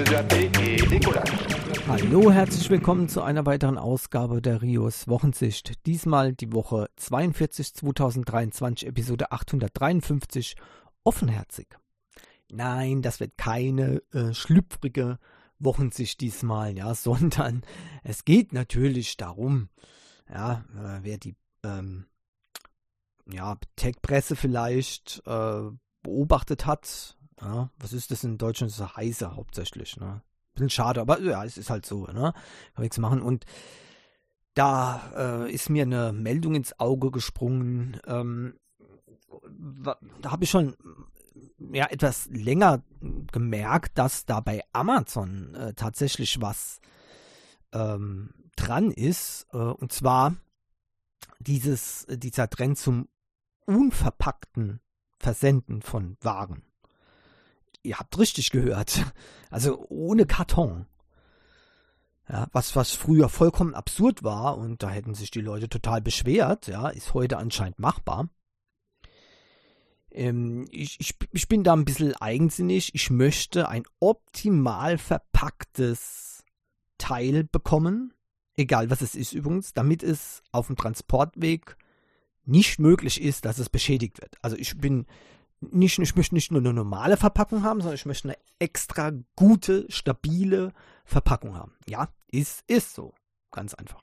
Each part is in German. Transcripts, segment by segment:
Giuseppe e Nicola. Hallo, herzlich willkommen zu einer weiteren Ausgabe der Rios Wochensicht. Diesmal die Woche 42 2023, Episode 853, offenherzig. Nein, das wird keine schlüpfrige Wochensicht diesmal, ja, sondern es geht natürlich darum, ja, wer die Tech-Presse vielleicht beobachtet hat. Ja, was ist das in Deutschland? Das ist heiße hauptsächlich, ne? Bisschen schade, aber ja, es ist halt so, ne? Kann nichts machen. Und da ist mir eine Meldung ins Auge gesprungen. Da habe ich schon etwas länger gemerkt, dass da bei Amazon tatsächlich was dran ist. Und zwar dieser Trend zum unverpackten Versenden von Waren. Ihr habt richtig gehört. Also ohne Karton. Ja, was früher vollkommen absurd war und da hätten sich die Leute total beschwert, ja, ist heute anscheinend machbar. Ich bin da ein bisschen eigensinnig. Ich möchte ein optimal verpacktes Teil bekommen, egal was es ist übrigens, damit es auf dem Transportweg nicht möglich ist, dass es beschädigt wird. Also ich möchte nicht nur eine normale Verpackung haben, sondern ich möchte eine extra gute, stabile Verpackung haben. Ja, ist so. Ganz einfach.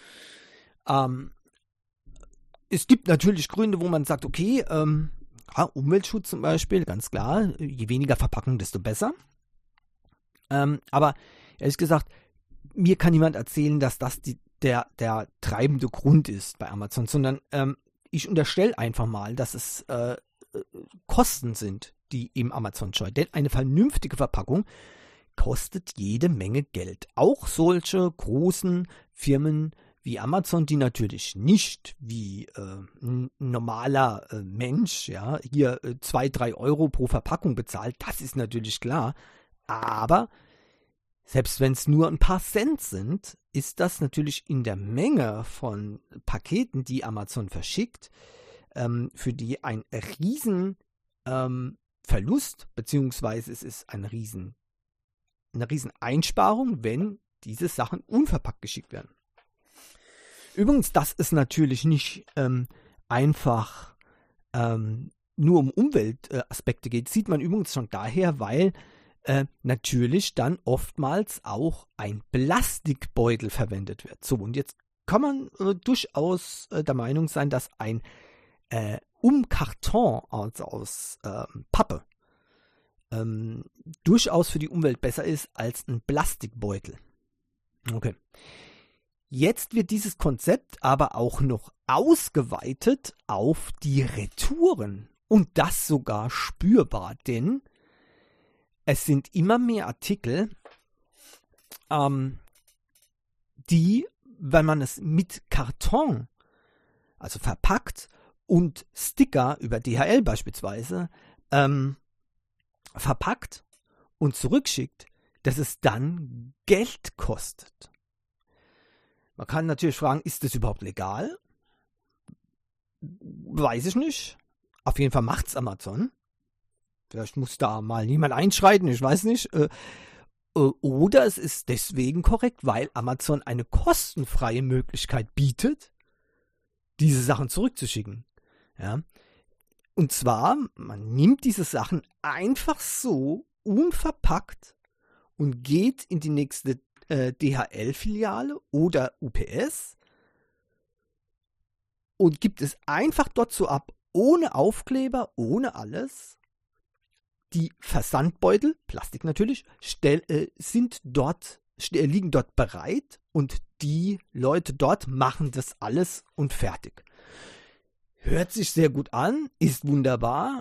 Es gibt natürlich Gründe, wo man sagt, okay, Umweltschutz zum Beispiel, ganz klar, je weniger Verpackung, desto besser. Aber ehrlich gesagt, mir kann niemand erzählen, dass das der treibende Grund ist bei Amazon, sondern ich unterstelle einfach mal, dass es Kosten sind, die im Amazon scheuen. Denn eine vernünftige Verpackung kostet jede Menge Geld. Auch solche großen Firmen wie Amazon, die natürlich nicht wie ein normaler Mensch, ja, hier 2-3 Euro pro Verpackung bezahlt, das ist natürlich klar. Aber selbst wenn es nur ein paar Cent sind, ist das natürlich in der Menge von Paketen, die Amazon verschickt, für die ein riesen Verlust, beziehungsweise es ist eine riesen Einsparung, wenn diese Sachen unverpackt geschickt werden. Übrigens, dass es natürlich nicht einfach nur um Umweltaspekte geht, sieht man übrigens schon daher, weil natürlich dann oftmals auch ein Plastikbeutel verwendet wird. So, und jetzt kann man durchaus der Meinung sein, dass ein Karton, also aus Pappe, durchaus für die Umwelt besser ist als ein Plastikbeutel. Okay. Jetzt wird dieses Konzept aber auch noch ausgeweitet auf die Retouren. Und das sogar spürbar, denn es sind immer mehr Artikel, die, wenn man es mit Karton, also verpackt, und Sticker über DHL beispielsweise verpackt und zurückschickt, dass es dann Geld kostet. Man kann natürlich fragen, ist das überhaupt legal? Weiß ich nicht. Auf jeden Fall macht's Amazon. Vielleicht muss da mal niemand einschreiten, ich weiß nicht. Oder es ist deswegen korrekt, weil Amazon eine kostenfreie Möglichkeit bietet, diese Sachen zurückzuschicken. Ja. Und zwar, man nimmt diese Sachen einfach so unverpackt und geht in die nächste DHL-Filiale oder UPS und gibt es einfach dort so ab, ohne Aufkleber, ohne alles. Die Versandbeutel, Plastik natürlich, liegen dort bereit und die Leute dort machen das alles und fertig. Hört sich sehr gut an, ist wunderbar,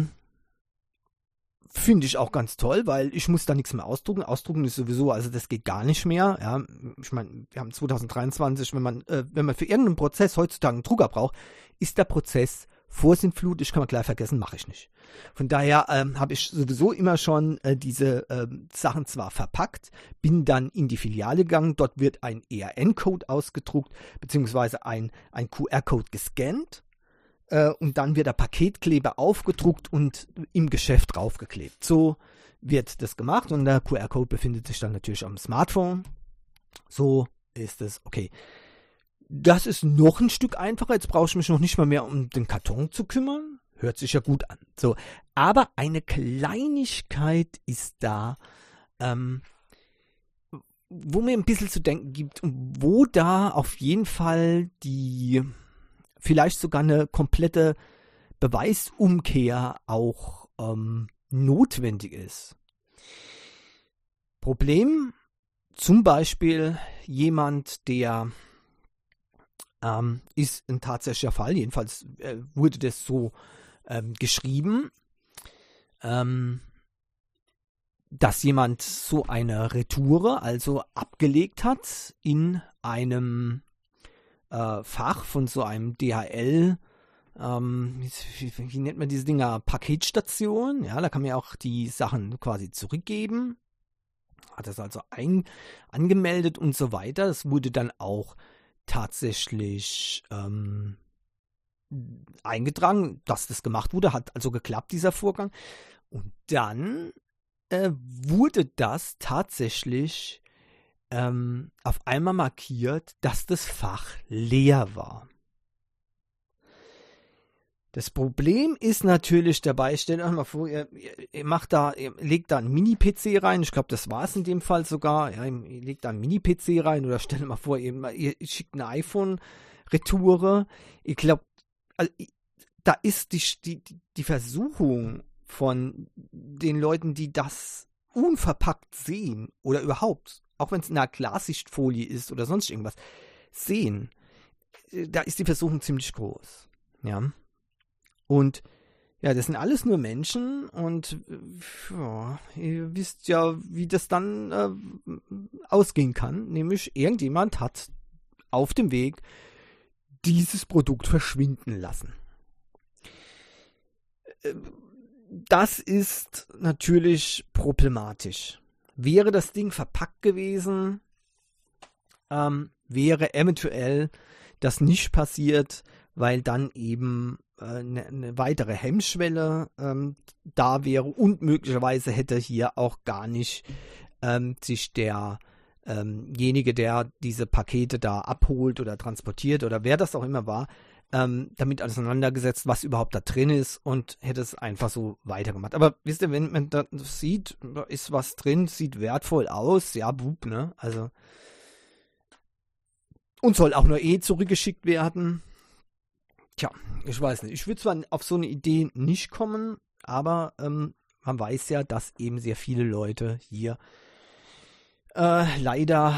finde ich auch ganz toll, weil ich muss da nichts mehr ausdrucken. Ausdrucken ist sowieso, also das geht gar nicht mehr. Ja, ich meine, wir haben 2023, wenn man für irgendeinen Prozess heutzutage einen Drucker braucht, ist der Prozess vorsintflutig, kann man gleich vergessen, mache ich nicht. Von daher habe ich sowieso immer schon diese Sachen zwar verpackt, bin dann in die Filiale gegangen, dort wird ein ERN-Code ausgedruckt, beziehungsweise ein QR-Code gescannt. Und dann wird der Paketkleber aufgedruckt und im Geschäft draufgeklebt. So wird das gemacht und der QR-Code befindet sich dann natürlich am Smartphone. So ist es, okay. Das ist noch ein Stück einfacher. Jetzt brauche ich mich noch nicht mal mehr um den Karton zu kümmern. Hört sich ja gut an. So, aber eine Kleinigkeit ist da, wo mir ein bisschen zu denken gibt und wo da auf jeden Fall vielleicht sogar eine komplette Beweisumkehr auch notwendig ist. Problem, zum Beispiel jemand, der ist ein tatsächlicher Fall, jedenfalls wurde das so geschrieben, dass jemand so eine Retoure, also abgelegt hat in einem Fach von so einem DHL, wie nennt man diese Dinger, Paketstation, ja, da kann man ja auch die Sachen quasi zurückgeben, hat das also angemeldet und so weiter. Das wurde dann auch tatsächlich eingetragen, dass das gemacht wurde, hat also geklappt, dieser Vorgang. Und dann wurde das tatsächlich auf einmal markiert, dass das Fach leer war. Das Problem ist natürlich dabei, stellt euch mal vor, ihr legt da einen Mini-PC rein, ich glaube, das war es in dem Fall sogar, ja, ihr legt da einen Mini-PC rein oder stellt euch mal vor, ihr schickt eine iPhone-Retoure, ich glaube, also, da ist die Versuchung von den Leuten, die das unverpackt sehen oder überhaupt, auch wenn es in einer Glassichtfolie ist oder sonst irgendwas, sehen, da ist die Versuchung ziemlich groß, ja. Und ja, das sind alles nur Menschen und ja, ihr wisst ja, wie das dann ausgehen kann. Nämlich irgendjemand hat auf dem Weg dieses Produkt verschwinden lassen. Das ist natürlich problematisch. Wäre das Ding verpackt gewesen, wäre eventuell das nicht passiert, weil dann eben eine weitere Hemmschwelle da wäre und möglicherweise hätte hier auch gar nicht sich derjenige, der diese Pakete da abholt oder transportiert oder wer das auch immer war, damit auseinandergesetzt, was überhaupt da drin ist und hätte es einfach so weitergemacht. Aber wisst ihr, wenn man das sieht, da ist was drin, sieht wertvoll aus, ja, bub, ne, also und soll auch nur zurückgeschickt werden. Tja, ich weiß nicht. Ich würde zwar auf so eine Idee nicht kommen, aber man weiß ja, dass eben sehr viele Leute hier leider,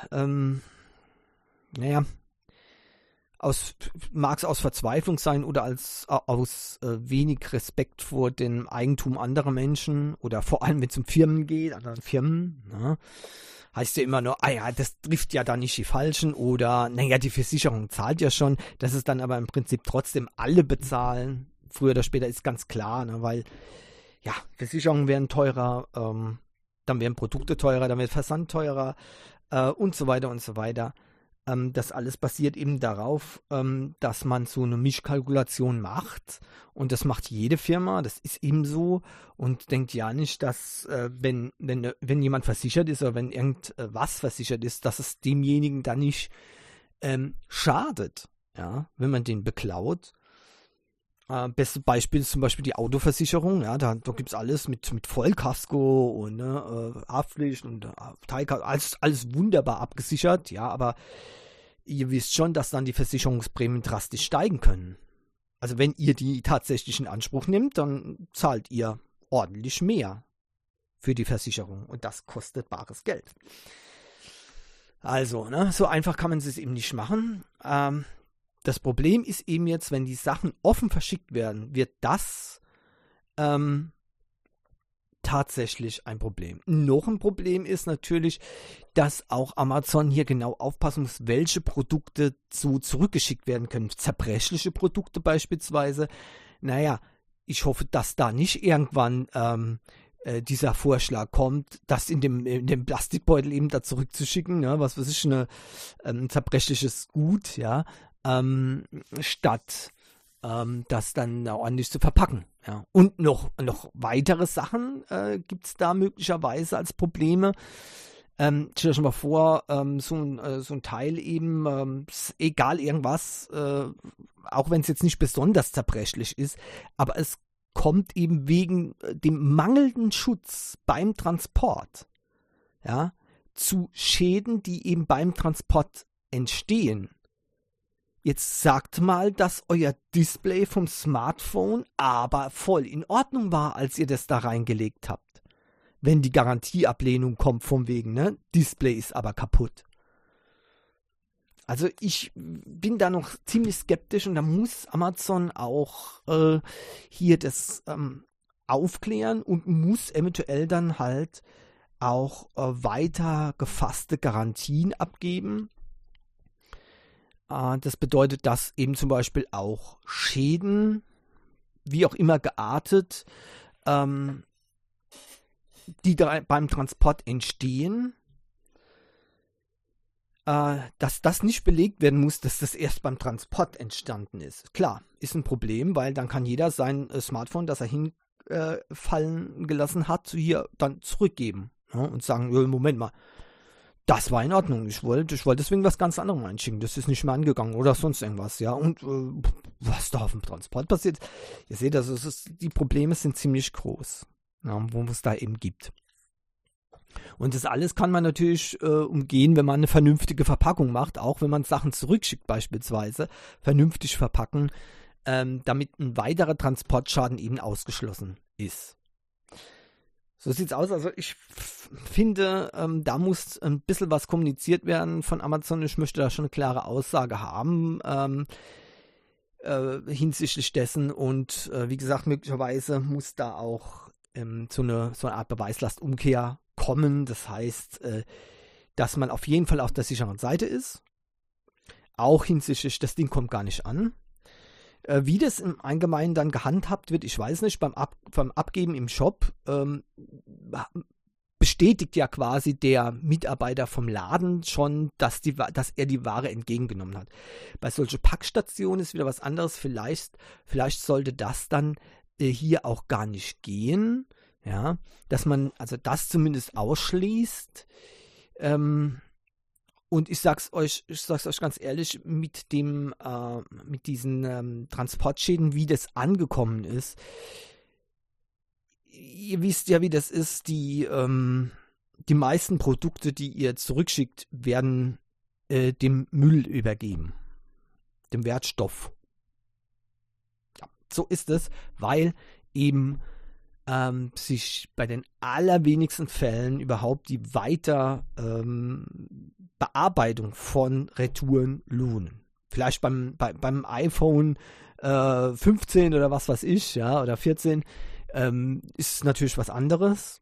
mag es aus Verzweiflung sein oder aus wenig Respekt vor dem Eigentum anderer Menschen oder vor allem, wenn es um Firmen geht, anderen Firmen, ne? Heißt ja immer nur, das trifft ja dann nicht die Falschen oder, die Versicherung zahlt ja schon, dass es dann aber im Prinzip trotzdem alle bezahlen, früher oder später ist ganz klar, ne, weil, ja, Versicherungen werden teurer, dann werden Produkte teurer, dann wird Versand teurer und so weiter und so weiter. Das alles basiert eben darauf, dass man so eine Mischkalkulation macht und das macht jede Firma, das ist eben so und denkt ja nicht, dass wenn jemand versichert ist oder wenn irgendwas versichert ist, dass es demjenigen dann nicht schadet, ja, wenn man den beklaut. Beste Beispiel ist zum Beispiel die Autoversicherung, ja, da gibt es alles mit Vollkasko und Haftpflicht und Teilkasko, alles wunderbar abgesichert, ja, aber ihr wisst schon, dass dann die Versicherungsprämien drastisch steigen können. Also wenn ihr die tatsächlich in Anspruch nehmt, dann zahlt ihr ordentlich mehr für die Versicherung und das kostet bares Geld. Also, ne, so einfach kann man es eben nicht machen. Das Problem ist eben jetzt, wenn die Sachen offen verschickt werden, wird das tatsächlich ein Problem. Noch ein Problem ist natürlich, dass auch Amazon hier genau aufpassen muss, welche Produkte zurückgeschickt werden können. Zerbrechliche Produkte beispielsweise. Naja, ich hoffe, dass da nicht irgendwann dieser Vorschlag kommt, das in dem Plastikbeutel eben da zurückzuschicken, ne? Was weiß ich, ein zerbrechliches Gut, ja, statt das dann ordentlich zu verpacken. Ja. Und noch weitere Sachen gibt es da möglicherweise als Probleme. Stell dir schon mal vor, so ein Teil eben, egal irgendwas, auch wenn es jetzt nicht besonders zerbrechlich ist, aber es kommt eben wegen dem mangelnden Schutz beim Transport, ja, zu Schäden, die eben beim Transport entstehen. Jetzt sagt mal, dass euer Display vom Smartphone aber voll in Ordnung war, als ihr das da reingelegt habt. Wenn die Garantieablehnung kommt vom wegen, ne? Display ist aber kaputt. Also ich bin da noch ziemlich skeptisch und da muss Amazon auch hier das aufklären und muss eventuell dann halt auch weiter gefasste Garantien abgeben. Das bedeutet, dass eben zum Beispiel auch Schäden, wie auch immer geartet, die da beim Transport entstehen, dass das nicht belegt werden muss, dass das erst beim Transport entstanden ist. Klar, ist ein Problem, weil dann kann jeder sein Smartphone, das er hinfallen gelassen hat, hier dann zurückgeben, ja, und sagen, Moment mal, das war in Ordnung. Ich wollte deswegen was ganz anderes einschicken. Das ist nicht mehr angegangen oder sonst irgendwas, ja. Und was da auf dem Transport passiert, ihr seht, also die Probleme sind ziemlich groß, ja, wo es da eben gibt. Und das alles kann man natürlich umgehen, wenn man eine vernünftige Verpackung macht, auch wenn man Sachen zurückschickt beispielsweise, vernünftig verpacken, damit ein weiterer Transportschaden eben ausgeschlossen ist. So sieht's aus. Also ich finde, da muss ein bisschen was kommuniziert werden von Amazon. Ich möchte da schon eine klare Aussage haben hinsichtlich dessen. Und wie gesagt, möglicherweise muss da auch so eine Art Beweislastumkehr kommen. Das heißt, dass man auf jeden Fall auf der sicheren Seite ist. Auch hinsichtlich, das Ding kommt gar nicht an. Wie das im Allgemeinen dann gehandhabt wird, ich weiß nicht, beim Abgeben im Shop bestätigt ja quasi der Mitarbeiter vom Laden schon, dass er die Ware entgegengenommen hat. Bei solchen Packstationen ist wieder was anderes. Vielleicht sollte das dann hier auch gar nicht gehen, ja, dass man also das zumindest ausschließt. Und ich sag's euch ganz ehrlich, mit diesen Transportschäden, wie das angekommen ist, ihr wisst ja, wie das ist, die meisten Produkte, die ihr zurückschickt, werden dem Müll übergeben, dem Wertstoff. Ja, so ist es, weil eben sich bei den allerwenigsten Fällen überhaupt die Bearbeitung von Retouren lohnen. Vielleicht beim iPhone 15 oder was weiß ich, ja, oder 14 ist natürlich was anderes.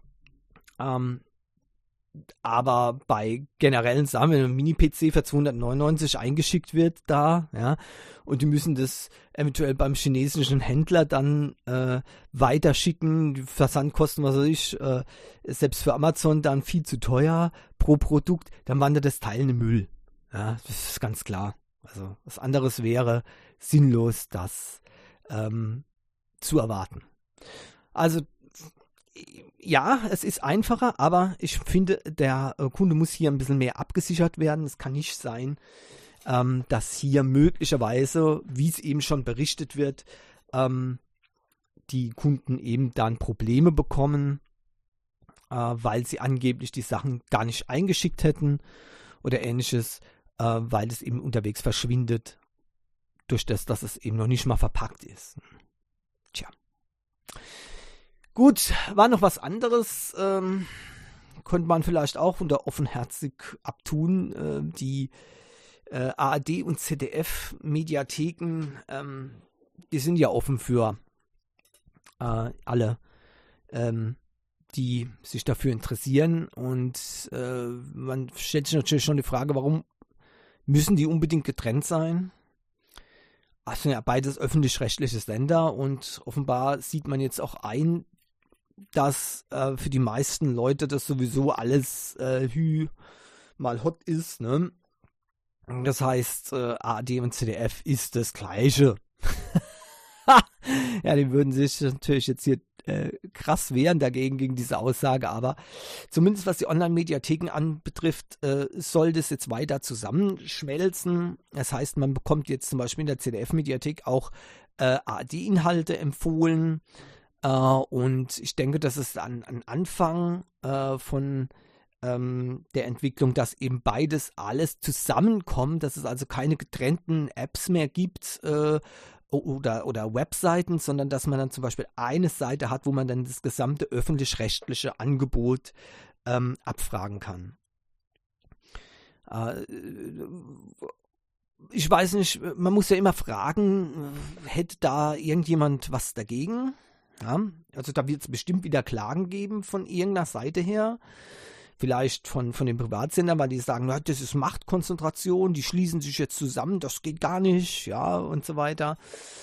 Aber bei generellen Sachen, wenn ein Mini-PC für 299 eingeschickt wird da, ja, und die müssen das eventuell beim chinesischen Händler dann weiterschicken, die Versandkosten, was weiß ich, selbst für Amazon dann viel zu teuer pro Produkt, dann wandert das Teil in den Müll. Ja, das ist ganz klar. Also was anderes wäre sinnlos, das zu erwarten. Also ja, es ist einfacher, aber ich finde, der Kunde muss hier ein bisschen mehr abgesichert werden. Es kann nicht sein, dass hier möglicherweise, wie es eben schon berichtet wird, die Kunden eben dann Probleme bekommen, weil sie angeblich die Sachen gar nicht eingeschickt hätten oder ähnliches, weil es eben unterwegs verschwindet, durch das, dass es eben noch nicht mal verpackt ist. Tja. Gut, war noch was anderes, könnte man vielleicht auch unter offenherzig abtun. Die ARD und ZDF-Mediatheken, die sind ja offen für alle, die sich dafür interessieren. Und man stellt sich natürlich schon die Frage, warum müssen die unbedingt getrennt sein? Das sind ja beides öffentlich-rechtliche Sender und offenbar sieht man jetzt auch ein, dass für die meisten Leute das sowieso alles mal hot ist, ne? Das heißt, ARD und ZDF ist das Gleiche. Ja, die würden sich natürlich jetzt hier krass wehren dagegen, gegen diese Aussage, aber zumindest was die Online-Mediatheken anbetrifft, soll das jetzt weiter zusammenschmelzen. Das heißt, man bekommt jetzt zum Beispiel in der ZDF-Mediathek auch ARD-Inhalte empfohlen, und ich denke, das ist ein Anfang von der Entwicklung, dass eben beides alles zusammenkommt, dass es also keine getrennten Apps mehr gibt, oder Webseiten, sondern dass man dann zum Beispiel eine Seite hat, wo man dann das gesamte öffentlich-rechtliche Angebot abfragen kann. Ich weiß nicht, man muss ja immer fragen, hätte da irgendjemand was dagegen? Ja, also da wird es bestimmt wieder Klagen geben von irgendeiner Seite her. Vielleicht von den Privatsendern, weil die sagen, ja, das ist Machtkonzentration, die schließen sich jetzt zusammen, das geht gar nicht, ja, und so weiter.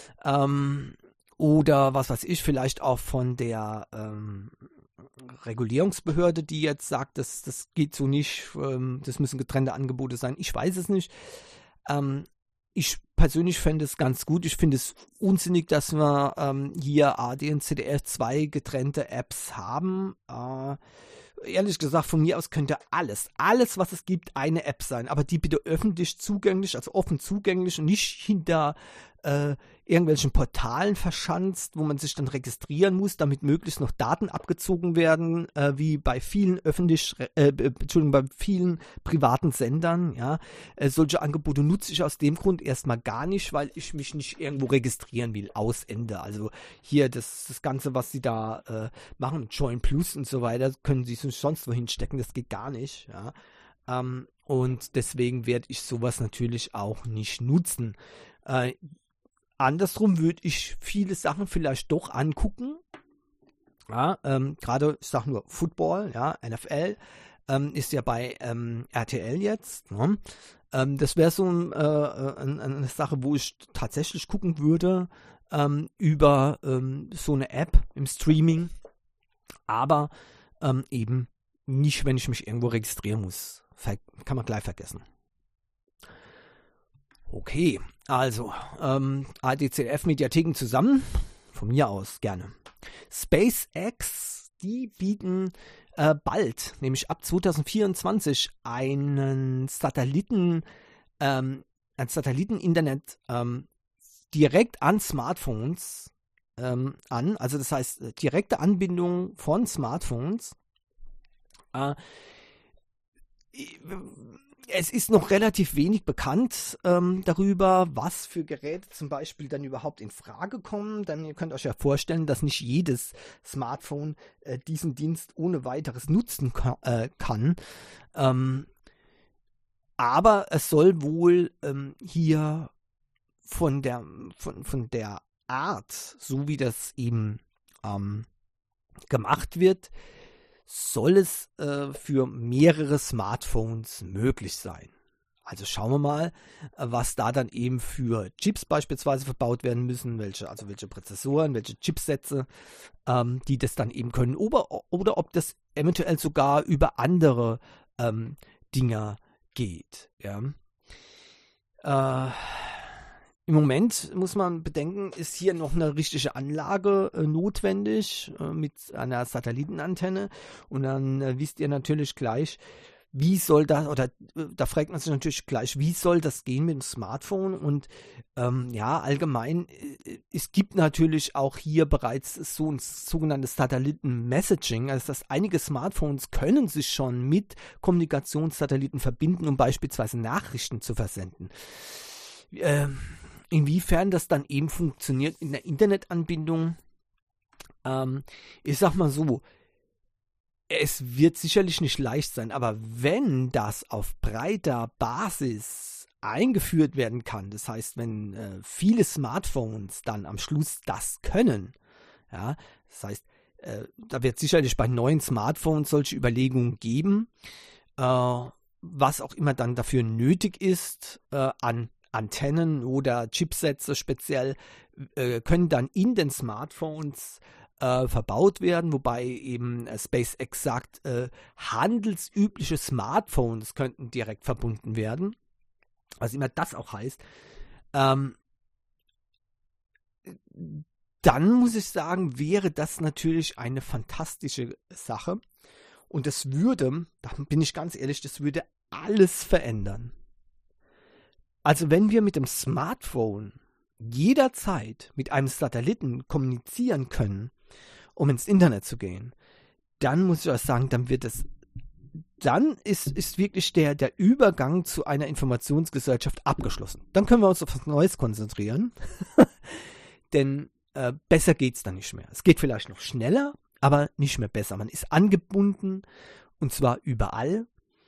Oder was weiß ich, vielleicht auch von der Regulierungsbehörde, die jetzt sagt, das geht so nicht, das müssen getrennte Angebote sein. Ich weiß es nicht. Ich persönlich fände es ganz gut. Ich finde es unsinnig, dass wir hier ARD und ZDF 2 getrennte Apps haben. Ehrlich gesagt, von mir aus könnte alles, was es gibt, eine App sein, aber die bitte öffentlich zugänglich, also offen zugänglich und nicht hinter irgendwelchen Portalen verschanzt, wo man sich dann registrieren muss, damit möglichst noch Daten abgezogen werden, wie bei vielen bei vielen privaten Sendern, ja. Solche Angebote nutze ich aus dem Grund erstmal gar nicht, weil ich mich nicht irgendwo registrieren will, aus Ende. Also hier das Ganze, was sie da machen, Join Plus und so weiter, können sie sonst wohin stecken, das geht gar nicht, ja. Und deswegen werde ich sowas natürlich auch nicht nutzen. Andersrum würde ich viele Sachen vielleicht doch angucken. Ja, gerade, ich sage nur Football, ja, NFL, ist ja bei RTL jetzt. Ne? Das wäre so eine Sache, wo ich tatsächlich gucken würde über so eine App im Streaming. Aber eben nicht, wenn ich mich irgendwo registrieren muss. Kann man gleich vergessen. Okay, also ARD-ZDF-Mediatheken zusammen, von mir aus gerne. SpaceX, die bieten bald, nämlich ab 2024, ein Satelliten-Internet direkt an Smartphones an. Also das heißt, direkte Anbindung von Smartphones. Es ist noch relativ wenig bekannt darüber, was für Geräte zum Beispiel dann überhaupt in Frage kommen. Denn ihr könnt euch ja vorstellen, dass nicht jedes Smartphone diesen Dienst ohne weiteres nutzen kann. Aber es soll wohl hier von der Art, so wie das eben gemacht wird, soll es für mehrere Smartphones möglich sein. Also schauen wir mal, was da dann eben für Chips beispielsweise verbaut werden müssen, welche Prozessoren, welche Chipsätze, die das dann eben können, oder ob das eventuell sogar über andere Dinger geht. Ja. Im Moment muss man bedenken, ist hier noch eine richtige Anlage notwendig mit einer Satellitenantenne, und dann wisst ihr natürlich gleich, wie soll das, oder da fragt man sich natürlich gleich, wie soll das gehen mit dem Smartphone? Und allgemein, es gibt natürlich auch hier bereits so ein sogenanntes Satelliten-Messaging, also dass einige Smartphones können sich schon mit Kommunikationssatelliten verbinden, um beispielsweise Nachrichten zu versenden. Inwiefern das dann eben funktioniert in der Internetanbindung, ich sag mal so, es wird sicherlich nicht leicht sein, aber wenn das auf breiter Basis eingeführt werden kann, das heißt, wenn viele Smartphones dann am Schluss das können, ja, das heißt, da wird sicherlich bei neuen Smartphones solche Überlegungen geben, was auch immer dann dafür nötig ist an Antennen oder Chipsätze speziell, können dann in den Smartphones verbaut werden, wobei eben SpaceX sagt, handelsübliche Smartphones könnten direkt verbunden werden, was immer das auch heißt. dann muss ich sagen, wäre das natürlich eine fantastische Sache. Und das würde, da bin ich ganz ehrlich, das würde alles verändern. Also wenn wir mit dem Smartphone jederzeit mit einem Satelliten kommunizieren können, um ins Internet zu gehen, dann muss ich euch sagen, dann ist wirklich der Übergang zu einer Informationsgesellschaft abgeschlossen. Dann können wir uns auf was Neues konzentrieren, denn besser geht es dann nicht mehr. Es geht vielleicht noch schneller, aber nicht mehr besser. Man ist angebunden und zwar überall.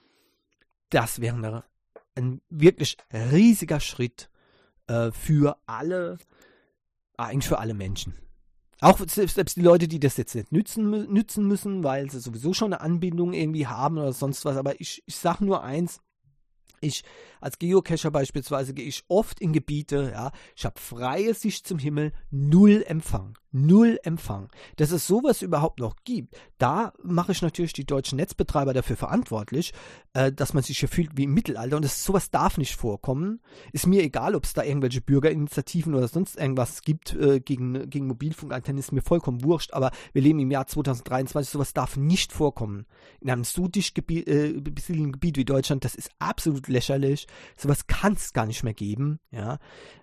Das wäre ein wirklich riesiger Schritt für alle, eigentlich für alle Menschen. Auch selbst die Leute, die das jetzt nicht nützen müssen, weil sie sowieso schon eine Anbindung irgendwie haben oder sonst was. Aber ich sage nur eins, ich als Geocacher beispielsweise gehe ich oft in Gebiete, ja, ich habe freie Sicht zum Himmel, null Empfang. Dass es sowas überhaupt noch gibt, da mache ich natürlich die deutschen Netzbetreiber dafür verantwortlich, dass man sich hier fühlt wie im Mittelalter und sowas darf nicht vorkommen. Ist mir egal, ob es da irgendwelche Bürgerinitiativen oder sonst irgendwas gibt gegen Mobilfunkantennen, ist mir vollkommen wurscht, aber wir leben im Jahr 2023, sowas darf nicht vorkommen. In einem so dicht besiedelten Gebiet wie Deutschland, das ist absolut lächerlich. Sowas kann es gar nicht mehr geben, ja.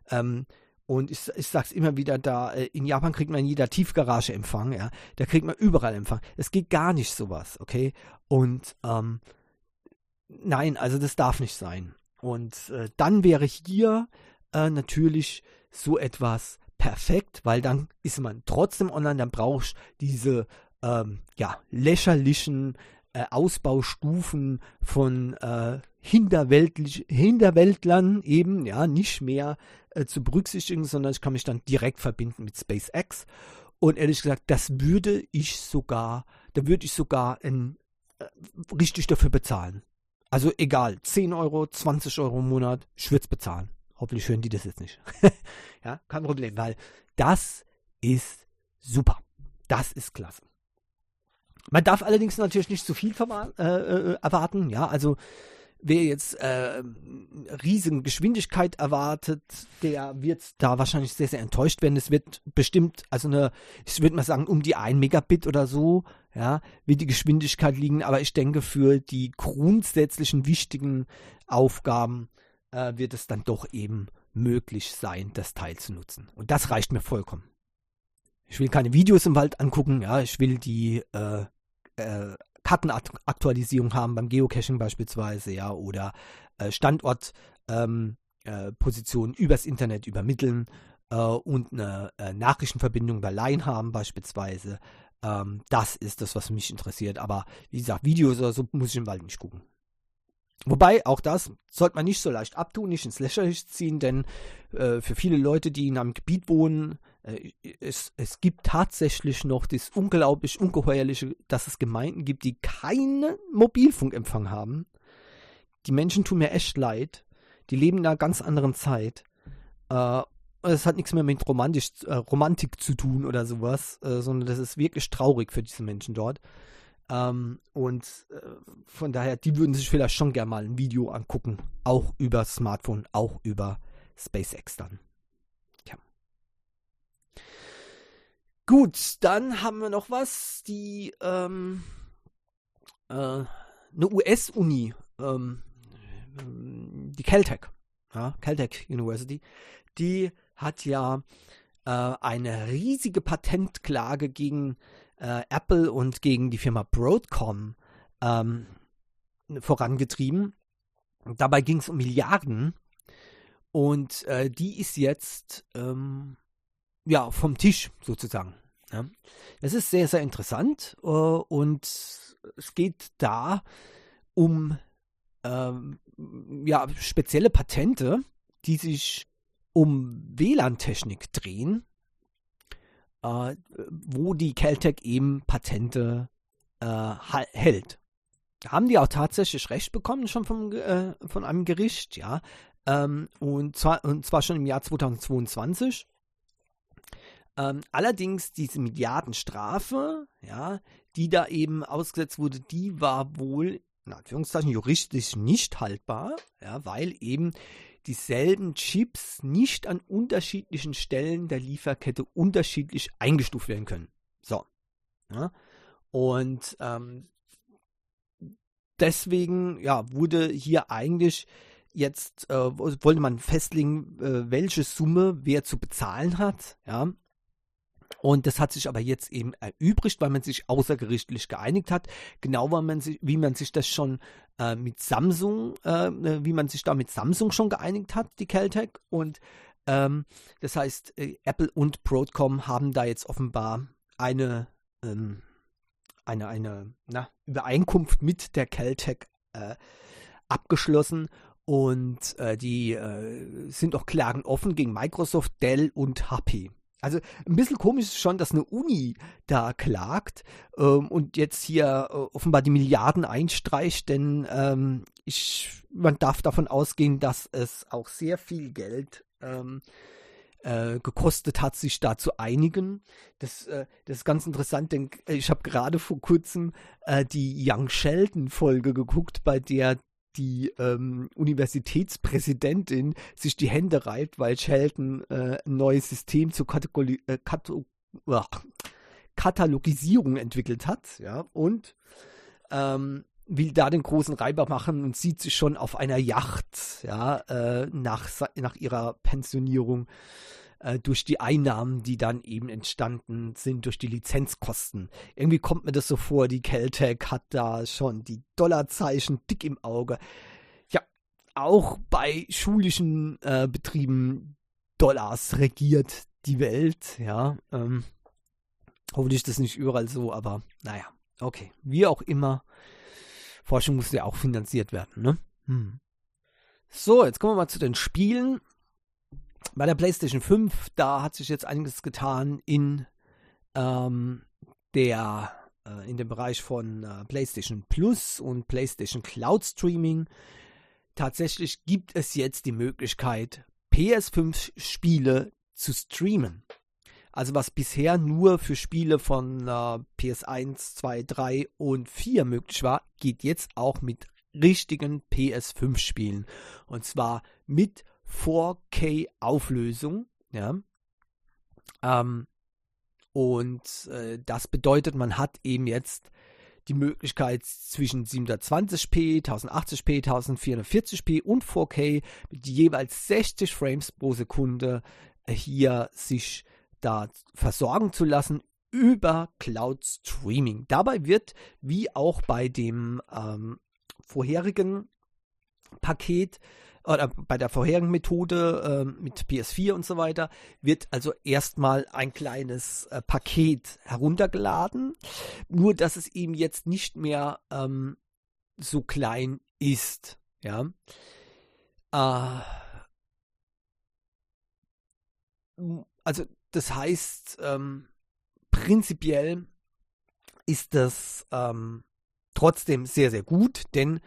Und ich sag's immer wieder, da in Japan kriegt man in jeder Tiefgarage Empfang, ja. Da kriegt man überall Empfang. Es geht gar nicht sowas, okay? Und nein, also das darf nicht sein. Und dann wäre hier natürlich so etwas perfekt, weil dann ist man trotzdem online, dann brauchst du diese lächerlichen Ausbaustufen von Hinterwäldlern eben, ja, nicht mehr zu berücksichtigen, sondern ich kann mich dann direkt verbinden mit SpaceX. Und ehrlich gesagt, da würde ich sogar richtig dafür bezahlen. Also egal, 10 Euro, 20 Euro im Monat, ich würde es bezahlen. Hoffentlich hören die das jetzt nicht. Ja, kein Problem, weil das ist super. Das ist klasse. Man darf allerdings natürlich nicht zu viel erwarten, ja, also wer jetzt riesige Geschwindigkeit erwartet, der wird da wahrscheinlich sehr, sehr enttäuscht werden. Es wird bestimmt, ich würde mal sagen, um die 1 Megabit oder so, ja, wird die Geschwindigkeit liegen, aber ich denke, für die grundsätzlichen wichtigen Aufgaben wird es dann doch eben möglich sein, das Teil zu nutzen. Und das reicht mir vollkommen. Ich will keine Videos im Wald angucken, ja, ich will die Kartenaktualisierung haben beim Geocaching beispielsweise, ja, oder Standortpositionen übers Internet übermitteln und eine Nachrichtenverbindung bei Line haben beispielsweise. Das ist das, was mich interessiert. Aber wie gesagt, Videos oder so muss ich im Wald nicht gucken. Wobei, auch das sollte man nicht so leicht abtun, nicht ins Lächerliche ziehen, denn für viele Leute, die in einem Gebiet wohnen, es gibt tatsächlich noch das unglaublich Ungeheuerliche, dass es Gemeinden gibt, die keinen Mobilfunkempfang haben. Die Menschen tun mir echt leid. Die leben in einer ganz anderen Zeit. Es hat nichts mehr mit Romantik zu tun oder sowas, sondern das ist wirklich traurig für diese Menschen dort. Und von daher, die würden sich vielleicht schon gerne mal ein Video angucken, auch über Smartphone, auch über SpaceX dann. Ja. Gut, dann haben wir noch was, eine US-Uni, die Caltech, ja, Caltech University, die hat ja eine riesige Patentklage gegen Apple und gegen die Firma Broadcom vorangetrieben. Dabei ging es um Milliarden und die ist jetzt vom Tisch sozusagen. Ja. Das ist sehr, sehr interessant und es geht da um spezielle Patente, die sich um WLAN-Technik drehen, wo die Caltech eben Patente hält. Da haben die auch tatsächlich Recht bekommen, schon von einem Gericht, ja, und zwar schon im Jahr 2022. Allerdings diese Milliardenstrafe, ja, die da eben ausgesetzt wurde, die war wohl in Anführungszeichen juristisch nicht haltbar, ja, weil eben dieselben Chips nicht an unterschiedlichen Stellen der Lieferkette unterschiedlich eingestuft werden können. So. Ja. Und deswegen wurde hier eigentlich jetzt, wollte man festlegen, welche Summe wer zu bezahlen hat. Ja. Und das hat sich aber jetzt eben erübrigt, weil man sich außergerichtlich geeinigt hat. Genau wie man sich das schon mit Samsung, wie man sich da mit Samsung schon geeinigt hat, die Caltech. Und das heißt, Apple und Broadcom haben da jetzt offenbar eine Übereinkunft mit der Caltech abgeschlossen. Und die sind auch Klagen offen gegen Microsoft, Dell und HP. Also ein bisschen komisch ist schon, dass eine Uni da klagt und jetzt hier offenbar die Milliarden einstreicht, denn man darf davon ausgehen, dass es auch sehr viel Geld gekostet hat, sich da zu einigen. Das ist ganz interessant, denn ich habe gerade vor kurzem die Young Sheldon-Folge geguckt, bei der die Universitätspräsidentin sich die Hände reibt, weil Sheldon ein neues System zur Katalogisierung entwickelt hat, ja, und will da den großen Reiber machen und sieht sich schon auf einer Yacht, ja, nach ihrer Pensionierung durch die Einnahmen, die dann eben entstanden sind durch die Lizenzkosten. Irgendwie kommt mir das so vor, die Caltech hat da schon die Dollarzeichen dick im Auge. Ja, auch bei schulischen Betrieben Dollars regiert die Welt, ja. Hoffentlich ist das nicht überall so, aber naja, okay. Wie auch immer, Forschung muss ja auch finanziert werden, ne? So, jetzt kommen wir mal zu den Spielen. Bei der PlayStation 5, da hat sich jetzt einiges getan in dem Bereich von PlayStation Plus und PlayStation Cloud Streaming. Tatsächlich gibt es jetzt die Möglichkeit, PS5-Spiele zu streamen. Also was bisher nur für Spiele von PS1, 2, 3 und 4 möglich war, geht jetzt auch mit richtigen PS5-Spielen. Und zwar mit 4K-Auflösung, ja. Das bedeutet, man hat eben jetzt die Möglichkeit zwischen 720p, 1080p, 1440p und 4K mit jeweils 60 Frames pro Sekunde hier sich da versorgen zu lassen über Cloud Streaming. Dabei wird, wie auch bei dem vorherigen Paket, oder bei der vorherigen Methode mit PS4 und so weiter, wird also erstmal ein kleines Paket heruntergeladen, nur dass es eben jetzt nicht mehr so klein ist. Ja. Also das heißt, prinzipiell ist das trotzdem sehr, sehr gut, denn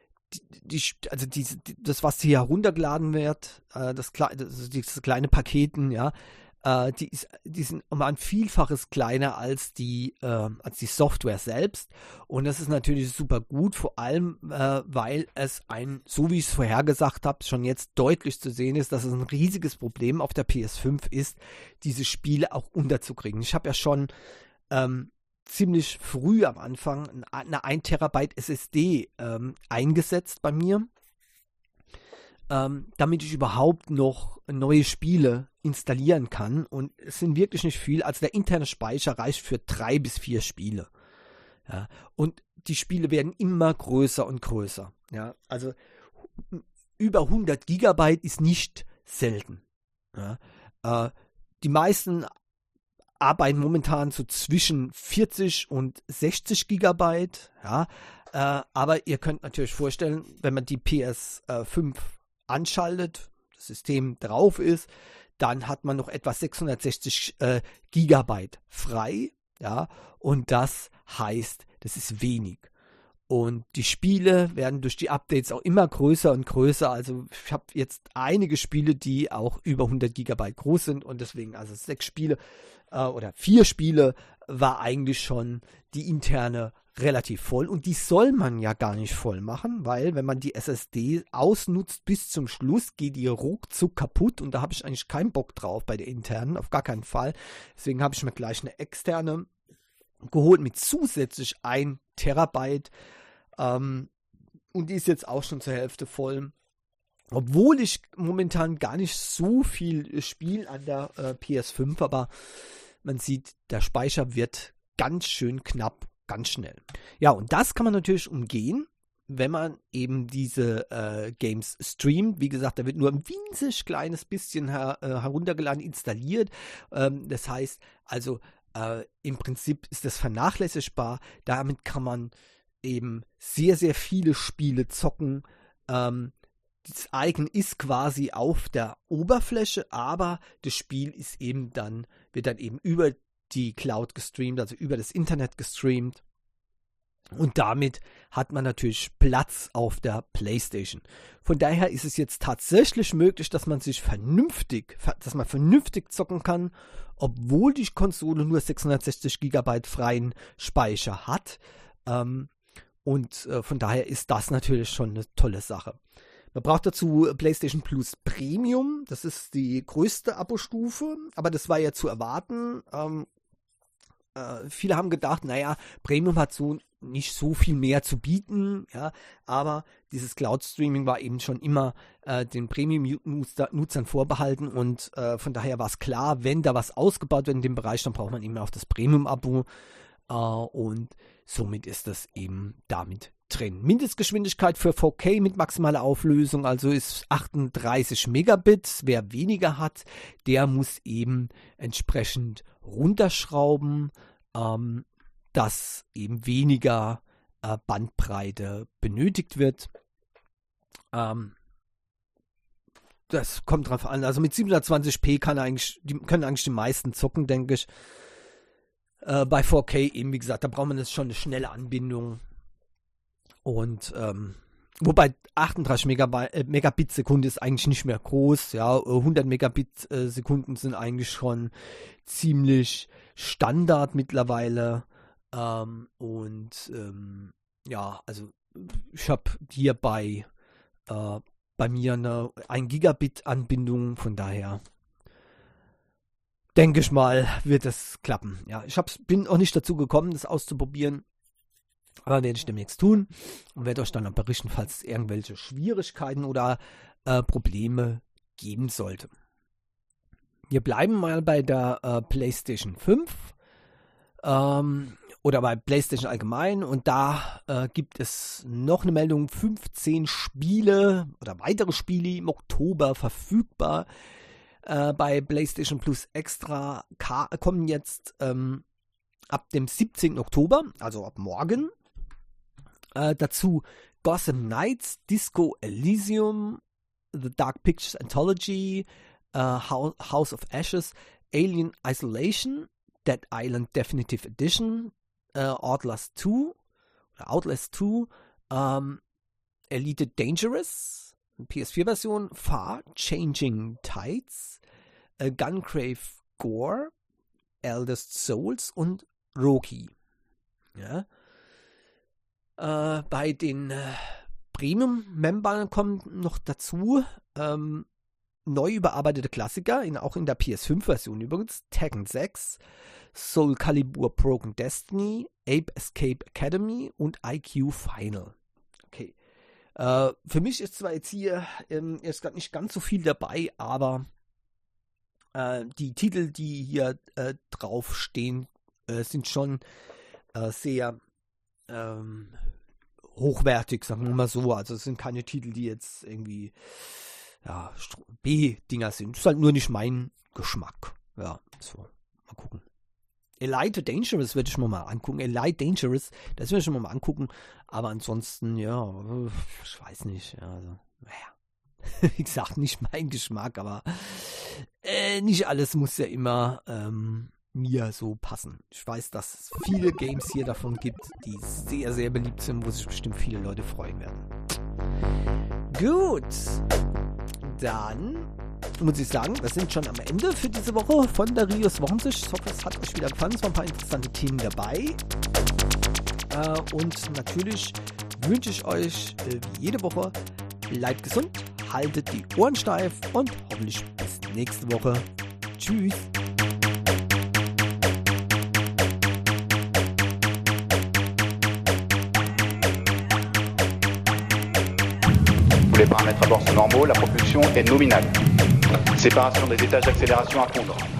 das, was hier heruntergeladen wird, diese kleine Paketen, ja, die sind um ein Vielfaches kleiner als die Software selbst. Und das ist natürlich super gut, vor allem, weil es so wie ich es vorhergesagt habe, schon jetzt deutlich zu sehen ist, dass es ein riesiges Problem auf der PS5 ist, diese Spiele auch unterzukriegen. Ich habe ja schon ziemlich früh am Anfang eine 1 Terabyte SSD eingesetzt bei mir, damit ich überhaupt noch neue Spiele installieren kann. Und es sind wirklich nicht viel. Also der interne Speicher reicht für 3 bis 4 Spiele. Ja, und die Spiele werden immer größer und größer. Ja, also über 100 Gigabyte ist nicht selten. Ja, die meisten arbeiten momentan so zwischen 40 und 60 Gigabyte, ja, aber ihr könnt natürlich vorstellen, wenn man die PS5 anschaltet, das System drauf ist, dann hat man noch etwa 660 Gigabyte frei, ja, und das heißt, das ist wenig. Und die Spiele werden durch die Updates auch immer größer und größer. Also ich habe jetzt einige Spiele, die auch über 100 Gigabyte groß sind und deswegen also 6 Spiele oder 4 Spiele war eigentlich schon die interne relativ voll. Und die soll man ja gar nicht voll machen, weil wenn man die SSD ausnutzt bis zum Schluss, geht die ruckzuck kaputt. Und da habe ich eigentlich keinen Bock drauf bei der internen, auf gar keinen Fall. Deswegen habe ich mir gleich eine externe geholt mit zusätzlich 1 Terabyte. Und die ist jetzt auch schon zur Hälfte voll. Obwohl ich momentan gar nicht so viel spiele an der PS5, aber man sieht, der Speicher wird ganz schön knapp, ganz schnell. Ja, und das kann man natürlich umgehen, wenn man eben diese Games streamt. Wie gesagt, da wird nur ein winzig kleines bisschen heruntergeladen, installiert. Das heißt, also im Prinzip ist das vernachlässigbar. Damit kann man eben sehr, sehr viele Spiele zocken. Das Icon ist quasi auf der Oberfläche, aber das Spiel ist wird dann eben über die Cloud gestreamt, also über das Internet gestreamt. Und damit hat man natürlich Platz auf der PlayStation. Von daher ist es jetzt tatsächlich möglich, dass man vernünftig zocken kann, obwohl die Konsole nur 660 GB freien Speicher hat. Und von daher ist das natürlich schon eine tolle Sache. Man braucht dazu PlayStation Plus Premium. Das ist die größte Abo-Stufe, aber das war ja zu erwarten. Viele haben gedacht, naja, Premium hat so nicht so viel mehr zu bieten, ja, aber dieses Cloud-Streaming war eben schon immer den Premium-Nutzern vorbehalten und von daher war es klar, wenn da was ausgebaut wird in dem Bereich, dann braucht man eben auch das Premium-Abo und somit ist das eben damit drin. Mindestgeschwindigkeit für 4K mit maximaler Auflösung, also ist 38 Megabit. Wer weniger hat, der muss eben entsprechend runterschrauben, dass eben weniger Bandbreite benötigt wird. Das kommt drauf an. Also mit 720p können eigentlich die meisten zocken, denke ich. Bei 4K eben, wie gesagt, da braucht man jetzt schon eine schnelle Anbindung. Und wobei 38 Megabit Sekunde ist eigentlich nicht mehr groß. Ja, 100 Megabit Sekunden sind eigentlich schon ziemlich Standard mittlerweile. Ja, also ich habe hier bei mir eine 1 Gigabit Anbindung, von daher denke ich mal, wird es klappen. Ja, bin auch nicht dazu gekommen, das auszuprobieren. Aber werde ich demnächst tun und werde euch dann auch berichten, falls es irgendwelche Schwierigkeiten oder Probleme geben sollte. Wir bleiben mal bei der PlayStation 5 oder bei PlayStation allgemein und da gibt es noch eine Meldung, 15 Spiele oder weitere Spiele im Oktober verfügbar. Bei PlayStation Plus Extra kommen jetzt ab dem 17. Oktober, also ab morgen, dazu Gotham Knights, Disco Elysium, The Dark Pictures Anthology, House of Ashes, Alien Isolation, Dead Island Definitive Edition, Outlast 2, Elite Dangerous, PS4-Version, Far Changing Tides, Gungrave Gore, Eldest Souls und Roki. Ja. Bei den Premium-Membern kommen noch dazu neu überarbeitete Klassiker, auch in der PS5-Version übrigens, Tekken 6, Soul Calibur Broken Destiny, Ape Escape Academy und IQ Final. Okay. Für mich ist zwar jetzt hier jetzt gerade nicht ganz so viel dabei, aber die Titel, die hier draufstehen, sind schon sehr hochwertig, sagen wir mal so. Also es sind keine Titel, die jetzt irgendwie B-Dinger sind. Das ist halt nur nicht mein Geschmack. Ja, so. Mal gucken. Elite Dangerous werde ich mir mal angucken. Elite Dangerous, das werde ich mir mal angucken. Aber ansonsten, ja, ich weiß nicht. Ja, also, naja. Wie gesagt, nicht mein Geschmack, aber nicht alles muss ja immer mir so passen. Ich weiß, dass es viele Games hier davon gibt, die sehr, sehr beliebt sind, wo sich bestimmt viele Leute freuen werden. Gut, dann muss ich sagen, wir sind schon am Ende für diese Woche von der Rios Wochensicht. Ich hoffe, es hat euch wieder gefallen. Es waren ein paar interessante Themen dabei. Und natürlich wünsche ich euch wie jede Woche, bleibt gesund, haltet die Ohren steif und hoffentlich bis nächste Woche. Tschüss. Les paramètres à bord sont normaux, la propulsion est nominale. Séparation des étages d'accélération à fondre.